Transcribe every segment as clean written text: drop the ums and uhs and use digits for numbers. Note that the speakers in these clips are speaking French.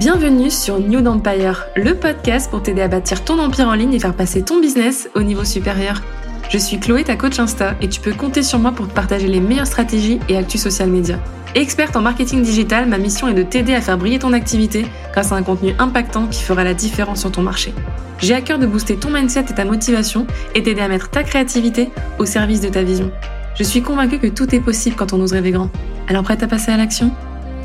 Bienvenue sur New Empire, le podcast pour t'aider à bâtir ton empire en ligne et faire passer ton business au niveau supérieur. Je suis Chloé, ta coach Insta, et tu peux compter sur moi pour te partager les meilleures stratégies et actus social media. Experte en marketing digital, ma mission est de t'aider à faire briller ton activité grâce à un contenu impactant qui fera la différence sur ton marché. J'ai à cœur de booster ton mindset et ta motivation et t'aider à mettre ta créativité au service de ta vision. Je suis convaincue que tout est possible quand on ose rêver grand. Alors prête à passer à l'action ?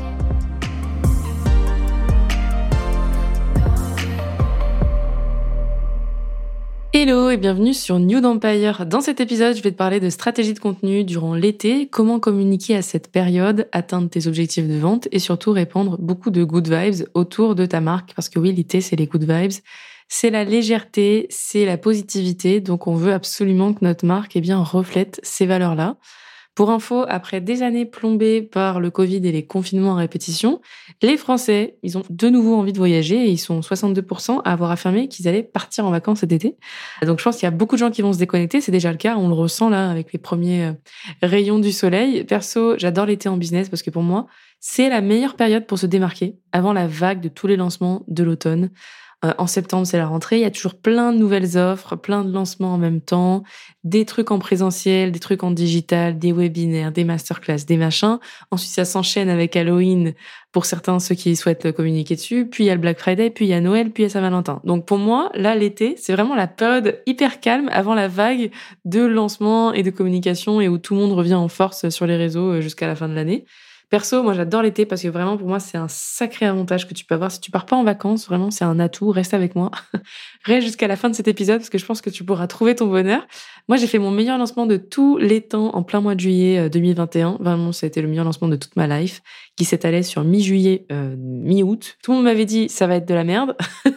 Hello et bienvenue sur New Empire. Dans cet épisode, je vais te parler de stratégie de contenu durant l'été, comment communiquer à cette période, atteindre tes objectifs de vente et surtout répandre beaucoup de good vibes autour de ta marque. Parce que oui, l'été, c'est les good vibes, c'est la légèreté, c'est la positivité. Donc on veut absolument que notre marque reflète ces valeurs-là. Pour info, après des années plombées par le Covid et les confinements à répétition, les Français, ils ont de nouveau envie de voyager et ils sont 62% à avoir affirmé qu'ils allaient partir en vacances cet été. Donc je pense qu'il y a beaucoup de gens qui vont se déconnecter, c'est déjà le cas, on le ressent là avec les premiers rayons du soleil. Perso, j'adore l'été en business parce que pour moi, c'est la meilleure période pour se démarquer avant la vague de tous les lancements de l'automne. En septembre, c'est la rentrée. Il y a toujours plein de nouvelles offres, plein de lancements en même temps, des trucs en présentiel, des trucs en digital, des webinaires, des masterclass, des machins. Ensuite, ça s'enchaîne avec Halloween pour certains, ceux qui souhaitent communiquer dessus. Puis il y a le Black Friday, puis il y a Noël, puis il y a Saint-Valentin. Donc pour moi, là, l'été, c'est vraiment la période hyper calme avant la vague de lancement et de communication et où tout le monde revient en force sur les réseaux jusqu'à la fin de l'année. Perso, moi j'adore l'été parce que vraiment pour moi c'est un sacré avantage que tu peux avoir. Si tu pars pas en vacances, vraiment c'est un atout, reste avec moi. Reste jusqu'à la fin de cet épisode parce que je pense que tu pourras trouver ton bonheur. Moi j'ai fait mon meilleur lancement de tous les temps en plein mois de juillet 2021. Vraiment ça a été le meilleur lancement de toute ma life qui s'étalait sur mi-juillet, mi-août. Tout le monde m'avait dit ça va être de la merde.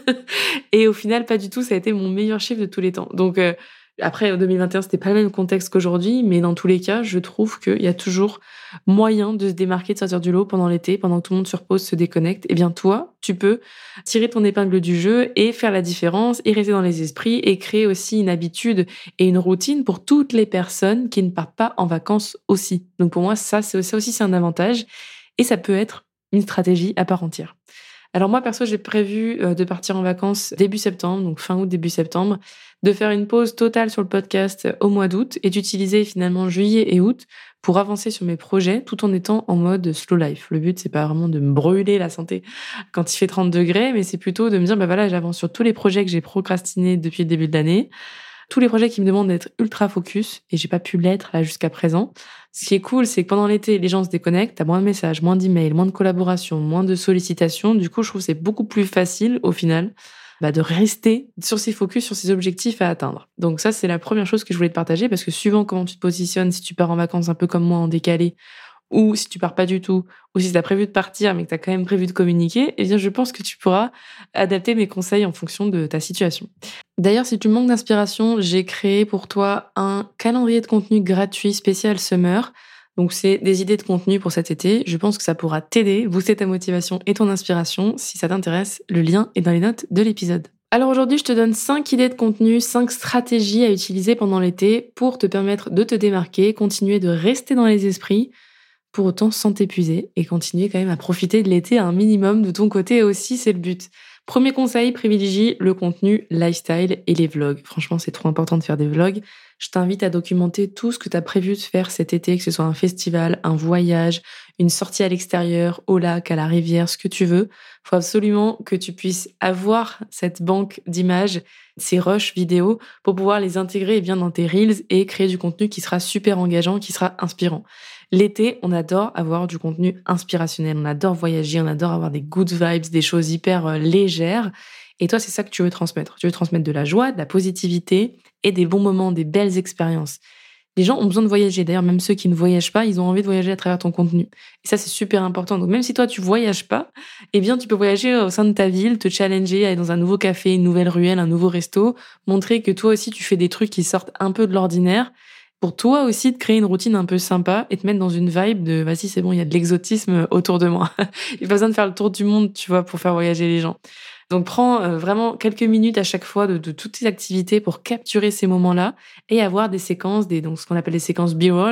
Et au final pas du tout, ça a été mon meilleur chiffre de tous les temps. Donc après, en 2021, c'était pas le même contexte qu'aujourd'hui, mais dans tous les cas, je trouve qu'il y a toujours moyen de se démarquer, de sortir du lot pendant l'été, pendant que tout le monde se repose, se déconnecte. Eh bien, toi, tu peux tirer ton épingle du jeu et faire la différence et rester dans les esprits et créer aussi une habitude et une routine pour toutes les personnes qui ne partent pas en vacances aussi. Donc, pour moi, ça aussi, c'est un avantage et ça peut être une stratégie à part entière. Alors moi, perso, j'ai prévu de partir en vacances début septembre, donc fin août, début septembre, de faire une pause totale sur le podcast au mois d'août et d'utiliser finalement juillet et août pour avancer sur mes projets tout en étant en mode slow life. Le but, c'est pas vraiment de me brûler la santé quand il fait 30 degrés, mais c'est plutôt de me dire, voilà, j'avance sur tous les projets que j'ai procrastinés depuis le début de l'année, tous les projets qui me demandent d'être ultra focus et j'ai pas pu l'être là jusqu'à présent. Ce qui est cool, c'est que pendant l'été, les gens se déconnectent, t'as moins de messages, moins d'emails, moins de collaborations, moins de sollicitations. Du coup, je trouve que c'est beaucoup plus facile au final de rester sur ses focus, sur ses objectifs à atteindre. Donc ça, c'est la première chose que je voulais te partager parce que suivant comment tu te positionnes, si tu pars en vacances un peu comme moi en décalé ou si tu pars pas du tout, ou si tu as prévu de partir mais que tu as quand même prévu de communiquer, eh bien je pense que tu pourras adapter mes conseils en fonction de ta situation. D'ailleurs, si tu manques d'inspiration, j'ai créé pour toi un calendrier de contenu gratuit spécial Summer. Donc c'est des idées de contenu pour cet été. Je pense que ça pourra t'aider, booster ta motivation et ton inspiration. Si ça t'intéresse, le lien est dans les notes de l'épisode. Alors aujourd'hui, je te donne 5 idées de contenu, 5 stratégies à utiliser pendant l'été pour te permettre de te démarquer, continuer de rester dans les esprits, pour autant sans t'épuiser et continuer quand même à profiter de l'été à un minimum de ton côté aussi, c'est le but. Premier conseil, privilégie le contenu lifestyle et les vlogs. Franchement, c'est trop important de faire des vlogs. Je t'invite à documenter tout ce que tu as prévu de faire cet été, que ce soit un festival, un voyage, une sortie à l'extérieur, au lac, à la rivière, ce que tu veux. Il faut absolument que tu puisses avoir cette banque d'images, ces rushs vidéo, pour pouvoir les intégrer bien dans tes reels et créer du contenu qui sera super engageant, qui sera inspirant. L'été, on adore avoir du contenu inspirationnel, on adore voyager, on adore avoir des good vibes, des choses hyper légères. Et toi, c'est ça que tu veux transmettre. Tu veux transmettre de la joie, de la positivité et des bons moments, des belles expériences. Les gens ont besoin de voyager. D'ailleurs, même ceux qui ne voyagent pas, ils ont envie de voyager à travers ton contenu. Et ça, c'est super important. Donc, même si toi, tu voyages pas, eh bien, tu peux voyager au sein de ta ville, te challenger, aller dans un nouveau café, une nouvelle ruelle, un nouveau resto, montrer que toi aussi, tu fais des trucs qui sortent un peu de l'ordinaire pour toi aussi de créer une routine un peu sympa et te mettre dans une vibe de vas-y, c'est bon, il y a de l'exotisme autour de moi. Il n'y a pas besoin de faire le tour du monde, tu vois, pour faire voyager les gens. Donc, prends vraiment quelques minutes à chaque fois de toutes tes activités pour capturer ces moments-là et avoir des séquences, donc ce qu'on appelle des séquences B-roll.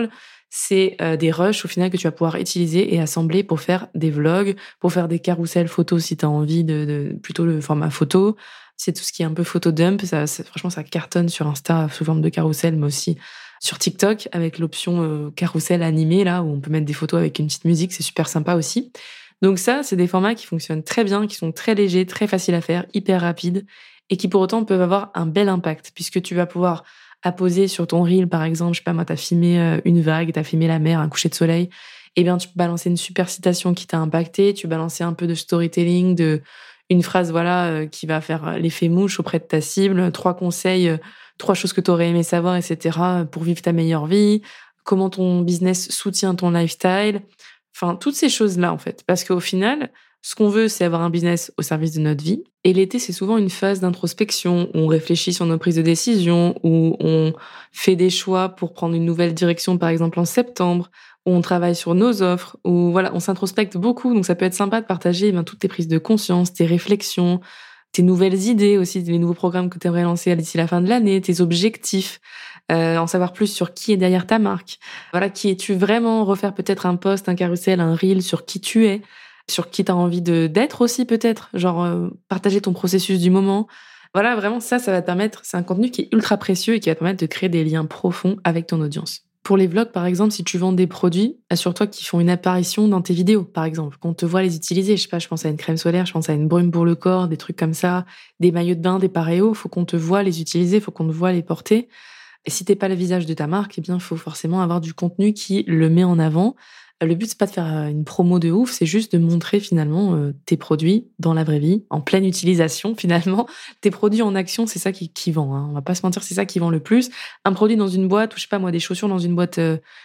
c'est des rushs au final que tu vas pouvoir utiliser et assembler pour faire des vlogs, pour faire des carousels photos si tu as envie de plutôt le format photo. C'est tout ce qui est un peu photo dump. Franchement, ça cartonne sur Insta sous forme de carrousel, mais aussi sur TikTok avec l'option carrousel animé, là, où on peut mettre des photos avec une petite musique. C'est super sympa aussi. Donc ça, c'est des formats qui fonctionnent très bien, qui sont très légers, très faciles à faire, hyper rapides, et qui pour autant peuvent avoir un bel impact, puisque tu vas pouvoir apposer sur ton reel, par exemple, je sais pas moi, t'as filmé une vague, t'as filmé la mer, un coucher de soleil, eh bien tu peux balancer une super citation qui t'a impacté, tu balancer un peu de storytelling, une phrase qui va faire l'effet mouche auprès de ta cible, 3 conseils, 3 choses que tu aurais aimé savoir, etc. pour vivre ta meilleure vie, comment ton business soutient ton lifestyle, enfin toutes ces choses-là en fait. Parce qu'au final, ce qu'on veut, c'est avoir un business au service de notre vie. Et l'été, c'est souvent une phase d'introspection où on réfléchit sur nos prises de décision, où on fait des choix pour prendre une nouvelle direction, par exemple en septembre, où on travaille sur nos offres, où voilà, on s'introspecte beaucoup. Donc ça peut être sympa de partager toutes tes prises de conscience, tes réflexions, tes nouvelles idées aussi, les nouveaux programmes que tu aimerais lancer d'ici la fin de l'année, tes objectifs, en savoir plus sur qui est derrière ta marque. Voilà, qui es-tu vraiment, refaire peut-être un post, un carrousel, un reel sur qui tu es, sur qui tu as envie d'être aussi peut-être, partager ton processus du moment. Voilà, vraiment ça va te permettre, c'est un contenu qui est ultra précieux et qui va te permettre de créer des liens profonds avec ton audience. Pour les vlogs, par exemple, si tu vends des produits, assure-toi qu'ils font une apparition dans tes vidéos, par exemple, qu'on te voit les utiliser. Je sais pas, je pense à une crème solaire, je pense à une brume pour le corps, des trucs comme ça, des maillots de bain, des paréos, faut qu'on te voit les utiliser, faut qu'on te voit les porter. Et si t'es pas le visage de ta marque, eh bien, faut forcément avoir du contenu qui le met en avant. Le but, c'est pas de faire une promo de ouf, c'est juste de montrer finalement tes produits dans la vraie vie, en pleine utilisation finalement. Tes produits en action, c'est ça qui vend. Hein. On va pas se mentir, c'est ça qui vend le plus. Un produit dans une boîte, ou je sais pas moi, des chaussures dans une boîte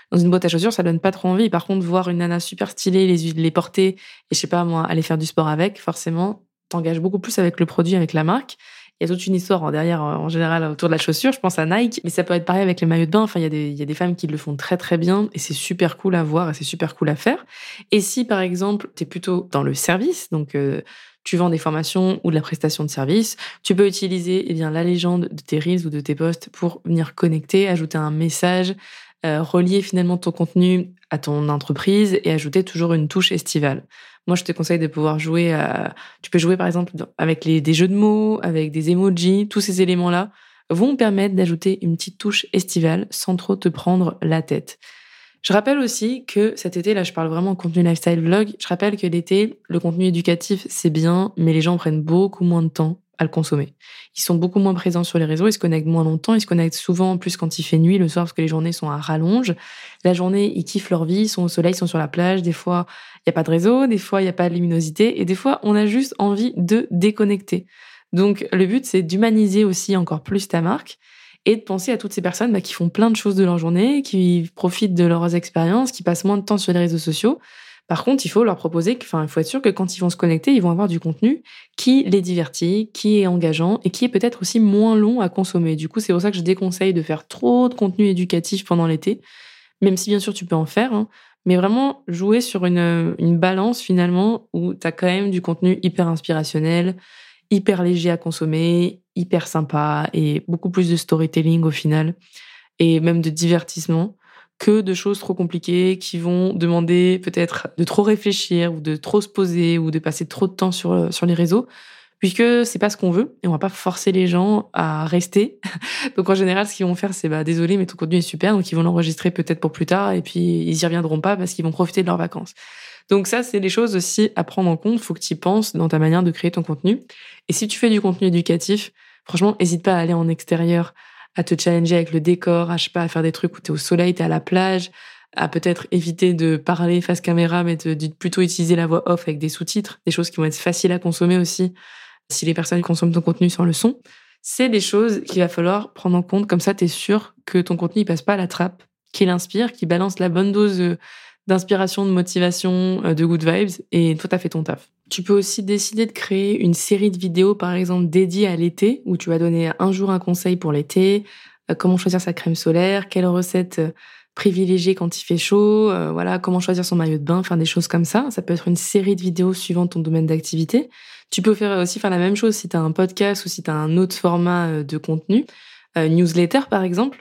à chaussures, ça donne pas trop envie. Par contre, voir une nana super stylée, les porter, et je sais pas moi, aller faire du sport avec, forcément, t'engages beaucoup plus avec le produit, avec la marque. Il y a toute une histoire derrière, en général, autour de la chaussure. Je pense à Nike, mais ça peut être pareil avec les maillots de bain. Enfin, il y a des femmes qui le font très, très bien et c'est super cool à voir et c'est super cool à faire. Et si, par exemple, t'es plutôt dans le service, donc tu vends des formations ou de la prestation de service, tu peux utiliser la légende de tes reels ou de tes posts pour venir connecter, ajouter un message, relier finalement ton contenu à ton entreprise et ajouter toujours une touche estivale. Moi, je te conseille de pouvoir jouer tu peux jouer par exemple avec des jeux de mots, avec des emojis. Tous ces éléments-là vont permettre d'ajouter une petite touche estivale sans trop te prendre la tête. Je rappelle aussi que cet été, là, je parle vraiment contenu lifestyle vlog. Je rappelle que l'été, le contenu éducatif, c'est bien, mais les gens prennent beaucoup moins de temps à le consommer. Ils sont beaucoup moins présents sur les réseaux, ils se connectent moins longtemps, ils se connectent souvent en plus quand il fait nuit le soir parce que les journées sont à rallonge. La journée, ils kiffent leur vie, ils sont au soleil, ils sont sur la plage. Des fois, il y a pas de réseau, des fois, il y a pas de luminosité et des fois, on a juste envie de déconnecter. Donc, le but, c'est d'humaniser aussi encore plus ta marque et de penser à toutes ces personnes qui font plein de choses de leur journée, qui profitent de leurs expériences, qui passent moins de temps sur les réseaux sociaux. Par contre, il faut leur proposer, il faut être sûr que quand ils vont se connecter, ils vont avoir du contenu qui les divertit, qui est engageant et qui est peut-être aussi moins long à consommer. Du coup, c'est pour ça que je déconseille de faire trop de contenu éducatif pendant l'été, même si bien sûr tu peux en faire, hein, mais vraiment jouer sur une balance finalement où tu as quand même du contenu hyper inspirationnel, hyper léger à consommer, hyper sympa et beaucoup plus de storytelling au final et même de divertissement que de choses trop compliquées qui vont demander peut-être de trop réfléchir ou de trop se poser ou de passer trop de temps sur les réseaux puisque c'est pas ce qu'on veut et on va pas forcer les gens à rester. Donc en général, ce qu'ils vont faire, c'est désolé, mais ton contenu est super, donc ils vont l'enregistrer peut-être pour plus tard et puis ils y reviendront pas parce qu'ils vont profiter de leurs vacances. Donc ça, c'est des choses aussi à prendre en compte. Faut que tu y penses dans ta manière de créer ton contenu. Et si tu fais du contenu éducatif, franchement, n'hésite pas à aller en extérieur, à te challenger avec le décor, à, je sais pas, à faire des trucs où t'es au soleil, t'es à la plage, à peut-être éviter de parler face caméra, mais de plutôt utiliser la voix off avec des sous-titres, des choses qui vont être faciles à consommer aussi, si les personnes consomment ton contenu sans le son. C'est des choses qu'il va falloir prendre en compte. Comme ça, t'es sûr que ton contenu, il passe pas à la trappe, qu'il inspire, qu'il balance la bonne dose d'inspiration, de motivation, de good vibes, et toi, t'as fait ton taf. Tu peux aussi décider de créer une série de vidéos, par exemple, dédiées à l'été, où tu vas donner un jour un conseil pour l'été, comment choisir sa crème solaire, quelle recette privilégier quand il fait chaud, comment choisir son maillot de bain, faire des choses comme ça. Ça peut être une série de vidéos suivant ton domaine d'activité. Tu peux aussi faire la même chose si tu as un podcast ou si tu as un autre format de contenu, newsletter par exemple.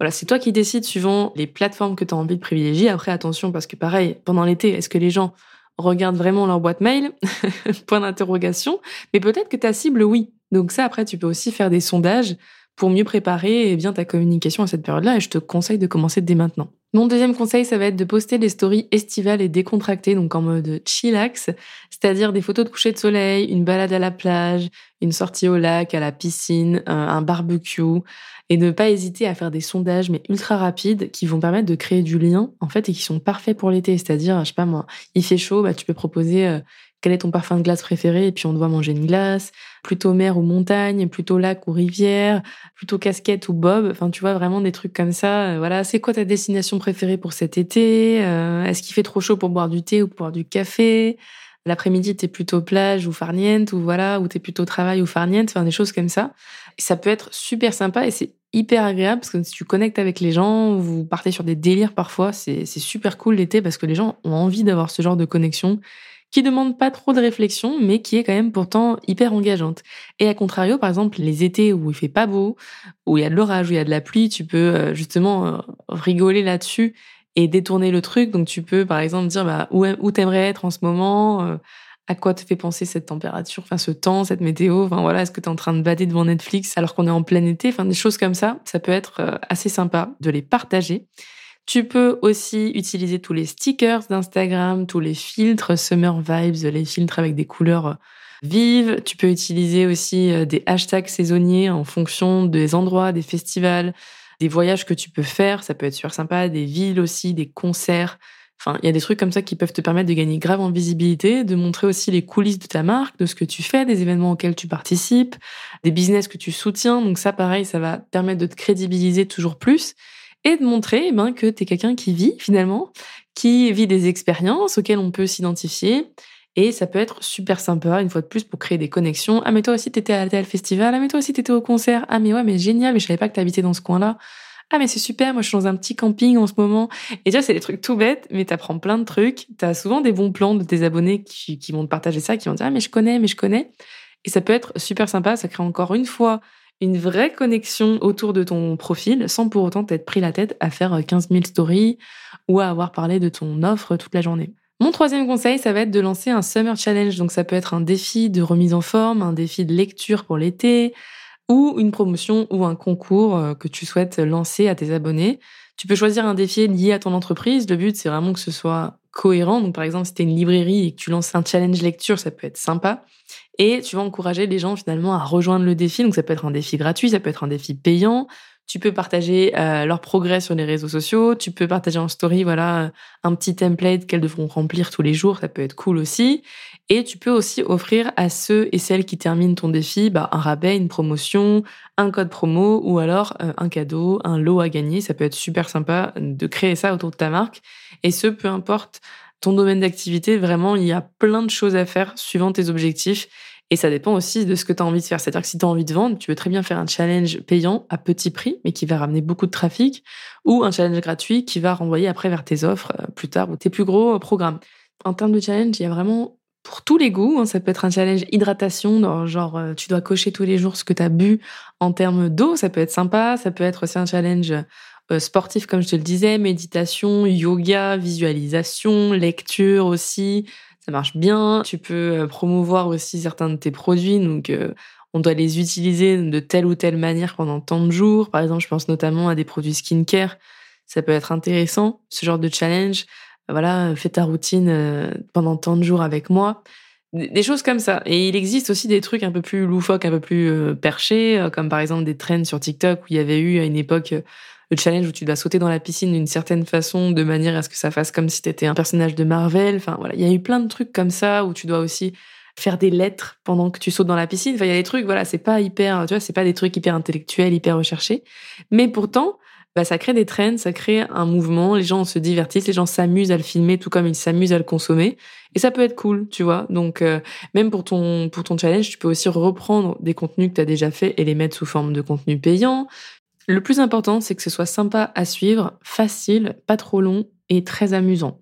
Voilà, c'est toi qui décides suivant les plateformes que tu as envie de privilégier. Après, attention, parce que pareil, pendant l'été, est-ce que les gens regardent vraiment leur boîte mail? Point d'interrogation. Mais peut-être que ta cible, oui. Donc ça, après, tu peux aussi faire des sondages pour mieux préparer bien ta communication à cette période-là. Et je te conseille de commencer dès maintenant. Mon deuxième conseil, ça va être de poster des stories estivales et décontractées, donc en mode chillax, c'est-à-dire des photos de coucher de soleil, une balade à la plage, une sortie au lac, à la piscine, un barbecue, et ne pas hésiter à faire des sondages, mais ultra rapides, qui vont permettre de créer du lien, en fait, et qui sont parfaits pour l'été. C'est-à-dire, je sais pas moi, il fait chaud, tu peux proposer quel est ton parfum de glace préféré, et puis on doit manger une glace, plutôt mer ou montagne, plutôt lac ou rivière, plutôt casquette ou bob, enfin tu vois, vraiment des trucs comme ça. Voilà, c'est quoi ta destination préférée pour cet été? Est-ce qu'il fait trop chaud pour boire du thé ou pour boire du café? L'après-midi, t'es plutôt plage ou farniente, ou voilà, ou t'es plutôt travail ou farniente, enfin des choses comme ça. Et ça peut être super sympa et c'est hyper agréable parce que si tu connectes avec les gens, vous partez sur des délires parfois, c'est super cool l'été parce que les gens ont envie d'avoir ce genre de connexion qui demande pas trop de réflexion, mais qui est quand même pourtant hyper engageante. Et à contrario, par exemple, les étés où il fait pas beau, où il y a de l'orage, où il y a de la pluie, tu peux justement rigoler là-dessus et détourner le truc. Donc tu peux, par exemple, dire où t'aimerais être en ce moment, à quoi te fait penser cette température, enfin ce temps, cette météo, enfin voilà, est-ce que t'es en train de bader devant Netflix alors qu'on est en plein été, enfin des choses comme ça. Ça peut être assez sympa de les partager. Tu peux aussi utiliser tous les stickers d'Instagram, tous les filtres Summer Vibes, les filtres avec des couleurs vives. Tu peux utiliser aussi des hashtags saisonniers en fonction des endroits, des festivals, des voyages que tu peux faire. Ça peut être super sympa, des villes aussi, des concerts. Enfin, il y a des trucs comme ça qui peuvent te permettre de gagner grave en visibilité, de montrer aussi les coulisses de ta marque, de ce que tu fais, des événements auxquels tu participes, des business que tu soutiens. Donc ça, pareil, ça va permettre de te crédibiliser toujours plus et de montrer que tu es quelqu'un qui vit finalement, qui vit des expériences auxquelles on peut s'identifier. Et ça peut être super sympa, une fois de plus, pour créer des connexions. Ah, mais toi aussi, t'étais à tel festival. Ah, mais toi aussi, t'étais au concert. Ah, mais ouais, mais génial, mais je savais pas que t'habitais dans ce coin-là. Ah, mais c'est super, moi, je suis dans un petit camping en ce moment. Et déjà, c'est des trucs tout bêtes, mais t'apprends plein de trucs. T'as souvent des bons plans de tes abonnés qui vont te partager ça, qui vont te dire, ah, mais je connais. Et ça peut être super sympa. Ça crée encore une fois une vraie connexion autour de ton profil sans pour autant t'être pris la tête à faire 15 000 stories ou à avoir parlé de ton offre toute la journée. Mon troisième conseil, ça va être de lancer un Summer Challenge. Donc ça peut être un défi de remise en forme, un défi de lecture pour l'été ou une promotion ou un concours que tu souhaites lancer à tes abonnés. Tu peux choisir un défi lié à ton entreprise. Le but, c'est vraiment que ce soit cohérent. Donc par exemple, si t'es une librairie et que tu lances un challenge lecture, ça peut être sympa. Et tu vas encourager les gens finalement à rejoindre le défi. Donc ça peut être un défi gratuit, ça peut être un défi payant. Tu peux partager leur progrès sur les réseaux sociaux. Tu peux partager en story, un petit template qu'elles devront remplir tous les jours. Ça peut être cool aussi. Et tu peux aussi offrir à ceux et celles qui terminent ton défi un rabais, une promotion, un code promo ou alors un cadeau, un lot à gagner. Ça peut être super sympa de créer ça autour de ta marque. Et ce, peu importe ton domaine d'activité, vraiment, il y a plein de choses à faire suivant tes objectifs. Et ça dépend aussi de ce que tu as envie de faire. C'est-à-dire que si tu as envie de vendre, tu peux très bien faire un challenge payant à petit prix, mais qui va ramener beaucoup de trafic, ou un challenge gratuit qui va renvoyer après vers tes offres plus tard ou tes plus gros programmes. En termes de challenge, il y a vraiment pour tous les goûts. Ça peut être un challenge hydratation, tu dois cocher tous les jours ce que tu as bu en termes d'eau. Ça peut être sympa. Ça peut être aussi un challenge sportif, comme je te le disais, méditation, yoga, visualisation, lecture aussi. Ça marche bien. Tu peux promouvoir aussi certains de tes produits. Donc, on doit les utiliser de telle ou telle manière pendant tant de jours. Par exemple, je pense notamment à des produits skincare. Ça peut être intéressant, ce genre de challenge. Voilà, fais ta routine pendant tant de jours avec moi. Des choses comme ça. Et il existe aussi des trucs un peu plus loufoques, un peu plus perchés, comme par exemple des trends sur TikTok où il y avait eu à une époque le challenge où tu dois sauter dans la piscine d'une certaine façon, de manière à ce que ça fasse comme si t'étais un personnage de Marvel. Enfin voilà, il y a eu plein de trucs comme ça où tu dois aussi faire des lettres pendant que tu sautes dans la piscine. Enfin, il y a des trucs, c'est pas hyper, tu vois, c'est pas des trucs hyper intellectuels, hyper recherchés. Mais pourtant, ça crée des trends, ça crée un mouvement, les gens se divertissent, les gens s'amusent à le filmer tout comme ils s'amusent à le consommer. Et ça peut être cool, tu vois. Donc, même pour ton challenge, tu peux aussi reprendre des contenus que tu as déjà fait et les mettre sous forme de contenu payant. Le plus important, c'est que ce soit sympa à suivre, facile, pas trop long et très amusant.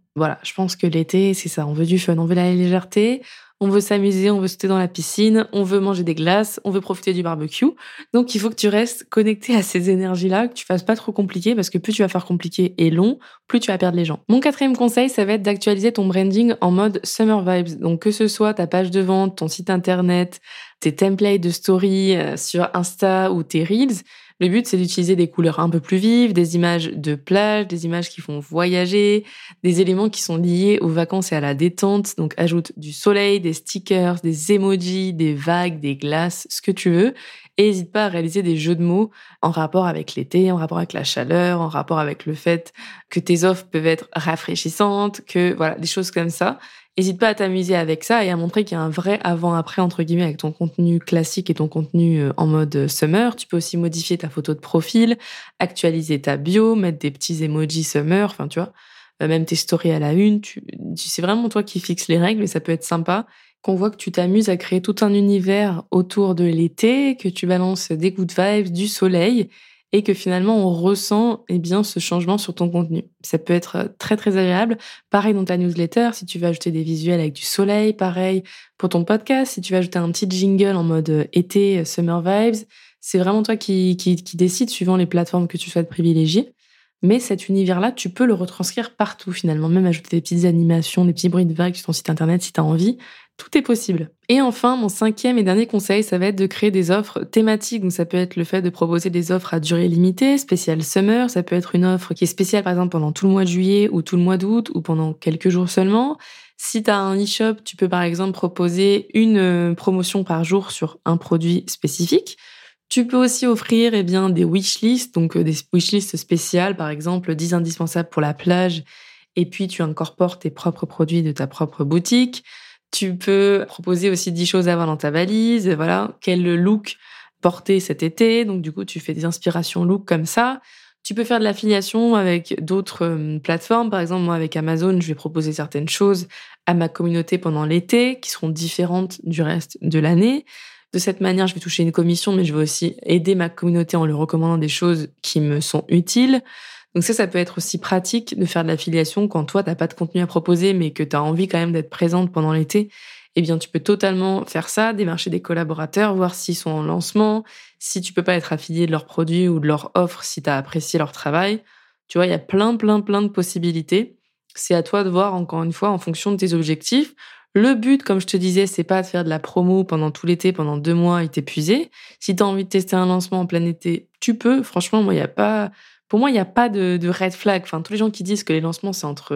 Voilà, je pense que l'été, c'est ça. On veut du fun, on veut la légèreté, on veut s'amuser, on veut sauter dans la piscine, on veut manger des glaces, on veut profiter du barbecue. Donc, il faut que tu restes connecté à ces énergies-là, que tu fasses pas trop compliqué, parce que plus tu vas faire compliqué et long, plus tu vas perdre les gens. Mon quatrième conseil, ça va être d'actualiser ton branding en mode summer vibes. Donc, que ce soit ta page de vente, ton site internet, tes templates de story sur Insta ou tes reels, le but, c'est d'utiliser des couleurs un peu plus vives, des images de plage, des images qui font voyager, des éléments qui sont liés aux vacances et à la détente. Donc, ajoute du soleil, des stickers, des emojis, des vagues, des glaces, ce que tu veux. Et n'hésite pas à réaliser des jeux de mots en rapport avec l'été, en rapport avec la chaleur, en rapport avec le fait que tes offres peuvent être rafraîchissantes, que voilà, des choses comme ça. N'hésite pas à t'amuser avec ça et à montrer qu'il y a un vrai avant-après, entre guillemets, avec ton contenu classique et ton contenu en mode summer. Tu peux aussi modifier ta photo de profil, actualiser ta bio, mettre des petits emojis summer, enfin, tu vois, même tes stories à la une. C'est vraiment toi qui fixes les règles et ça peut être sympa qu'on voit que tu t'amuses à créer tout un univers autour de l'été, que tu balances des good vibes, du soleil et que finalement on ressent bien ce changement sur ton contenu. Ça peut être très très agréable. Pareil dans ta newsletter, si tu veux ajouter des visuels avec du soleil, pareil pour ton podcast, si tu veux ajouter un petit jingle en mode été, summer vibes, c'est vraiment toi qui décides suivant les plateformes que tu souhaites privilégier. Mais cet univers-là, tu peux le retranscrire partout finalement, même ajouter des petites animations, des petits bruits de vagues sur ton site internet si tu as envie. Tout est possible. Et enfin, mon cinquième et dernier conseil, ça va être de créer des offres thématiques. Donc ça peut être le fait de proposer des offres à durée limitée, spéciale summer. Ça peut être une offre qui est spéciale par exemple pendant tout le mois de juillet ou tout le mois d'août ou pendant quelques jours seulement. Si tu as un e-shop, tu peux par exemple proposer une promotion par jour sur un produit spécifique. Tu peux aussi offrir des wishlists, donc des wishlists spéciales, par exemple 10 indispensables pour la plage, et puis tu incorpores tes propres produits de ta propre boutique. Tu peux proposer aussi 10 choses à avoir dans ta valise, voilà, quel look porter cet été, donc du coup tu fais des inspirations look comme ça. Tu peux faire de l'affiliation avec d'autres plateformes, par exemple moi avec Amazon, je vais proposer certaines choses à ma communauté pendant l'été qui seront différentes du reste de l'année. De cette manière, je vais toucher une commission, mais je vais aussi aider ma communauté en lui recommandant des choses qui me sont utiles. Donc ça peut être aussi pratique de faire de l'affiliation quand toi, t'as pas de contenu à proposer, mais que tu as envie quand même d'être présente pendant l'été. Eh bien, tu peux totalement faire ça, démarcher des collaborateurs, voir s'ils sont en lancement, si tu peux pas être affilié de leurs produits ou de leur offre, si tu as apprécié leur travail. Tu vois, il y a plein de possibilités. C'est à toi de voir, encore une fois, en fonction de tes objectifs. Le but, comme je te disais, c'est pas de faire de la promo pendant tout l'été, pendant 2 mois et t'épuiser. Si tu as envie de tester un lancement en plein été, tu peux. Franchement, pour moi, il n'y a pas de red flag. Enfin, tous les gens qui disent que les lancements,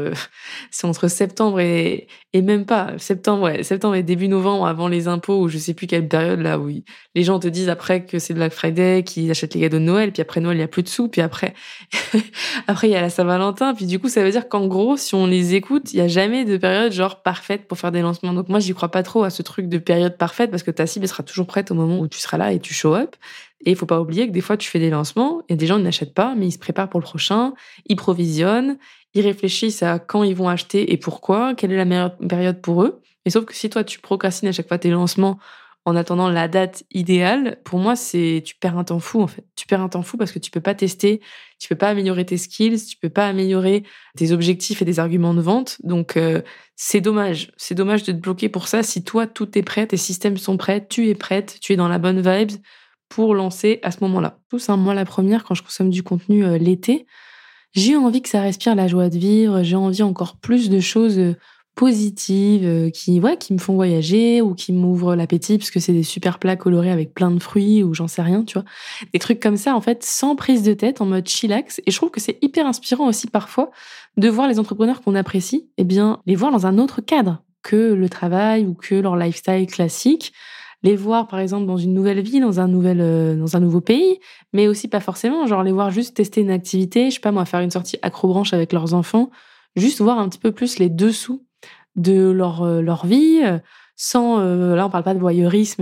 c'est entre septembre et même pas. Septembre et début novembre, avant les impôts, ou je sais plus quelle période, là, où les gens te disent après que c'est Black Friday, qu'ils achètent les cadeaux de Noël, puis après Noël, il y a plus de sous, puis après, après, il y a la Saint-Valentin, puis du coup, ça veut dire qu'en gros, si on les écoute, il y a jamais de période, genre, parfaite pour faire des lancements. Donc moi, j'y crois pas trop à ce truc de période parfaite, parce que ta cible sera toujours prête au moment où tu seras là et tu show up. Et il faut pas oublier que des fois, tu fais des lancements et des gens n'achètent pas, mais ils se préparent pour le prochain, ils provisionnent, ils réfléchissent à quand ils vont acheter et pourquoi, quelle est la meilleure période pour eux. Et sauf que si toi, tu procrastines à chaque fois tes lancements en attendant la date idéale, pour moi, tu perds un temps fou, en fait. Tu perds un temps fou parce que tu peux pas tester, tu peux pas améliorer tes skills, tu peux pas améliorer tes objectifs et des arguments de vente. Donc, c'est dommage. C'est dommage de te bloquer pour ça. Si toi, tout est prêt, tes systèmes sont prêts, tu es prête, tu es dans la bonne vibes pour lancer à ce moment-là. Moi, la première, quand je consomme du contenu l'été, j'ai envie que ça respire la joie de vivre, j'ai envie encore plus de choses positives qui me font voyager ou qui m'ouvrent l'appétit parce que c'est des super plats colorés avec plein de fruits ou j'en sais rien, tu vois. Des trucs comme ça, en fait, sans prise de tête, en mode chillax. Et je trouve que c'est hyper inspirant aussi parfois de voir les entrepreneurs qu'on apprécie, les voir dans un autre cadre que le travail ou que leur lifestyle classique. Les voir, par exemple, dans une nouvelle ville, dans un nouveau pays, mais aussi pas forcément, genre les voir juste tester une activité, je sais pas moi, faire une sortie accrobranche avec leurs enfants, juste voir un petit peu plus les dessous de leur vie, sans, là on parle pas de voyeurisme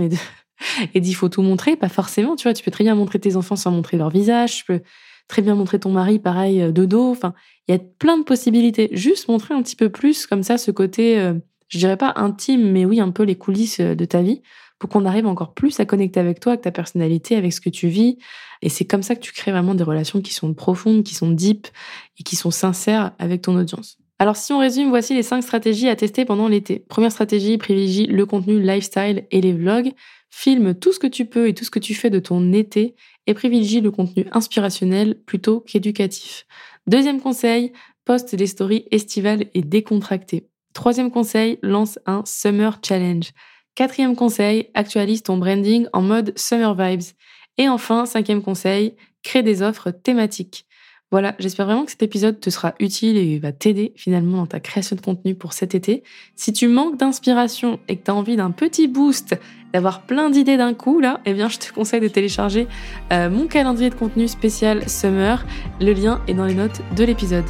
et d'il faut tout montrer, pas forcément, tu vois, tu peux très bien montrer tes enfants sans montrer leur visage, tu peux très bien montrer ton mari, pareil, de dos, enfin, il y a plein de possibilités, juste montrer un petit peu plus, comme ça, ce côté, je dirais pas intime, mais oui, un peu les coulisses de ta vie, pour qu'on arrive encore plus à connecter avec toi, avec ta personnalité, avec ce que tu vis. Et c'est comme ça que tu crées vraiment des relations qui sont profondes, qui sont deep et qui sont sincères avec ton audience. Alors si on résume, voici les 5 stratégies à tester pendant l'été. Première stratégie, privilégie le contenu lifestyle et les vlogs. Filme tout ce que tu peux et tout ce que tu fais de ton été et privilégie le contenu inspirationnel plutôt qu'éducatif. Deuxième conseil, poste des stories estivales et décontractées. Troisième conseil, lance un Summer Challenge. Quatrième conseil, actualise ton branding en mode Summer Vibes. Et enfin, cinquième conseil, crée des offres thématiques. Voilà, j'espère vraiment que cet épisode te sera utile et va t'aider finalement dans ta création de contenu pour cet été. Si tu manques d'inspiration et que tu as envie d'un petit boost, d'avoir plein d'idées d'un coup, là, eh bien, je te conseille de télécharger mon calendrier de contenu spécial Summer. Le lien est dans les notes de l'épisode.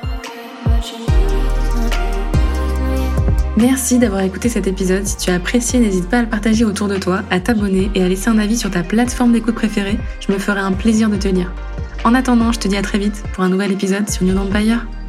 Merci d'avoir écouté cet épisode. Si tu as apprécié, n'hésite pas à le partager autour de toi, à t'abonner et à laisser un avis sur ta plateforme d'écoute préférée. Je me ferai un plaisir de te lire. En attendant, je te dis à très vite pour un nouvel épisode sur New Empire.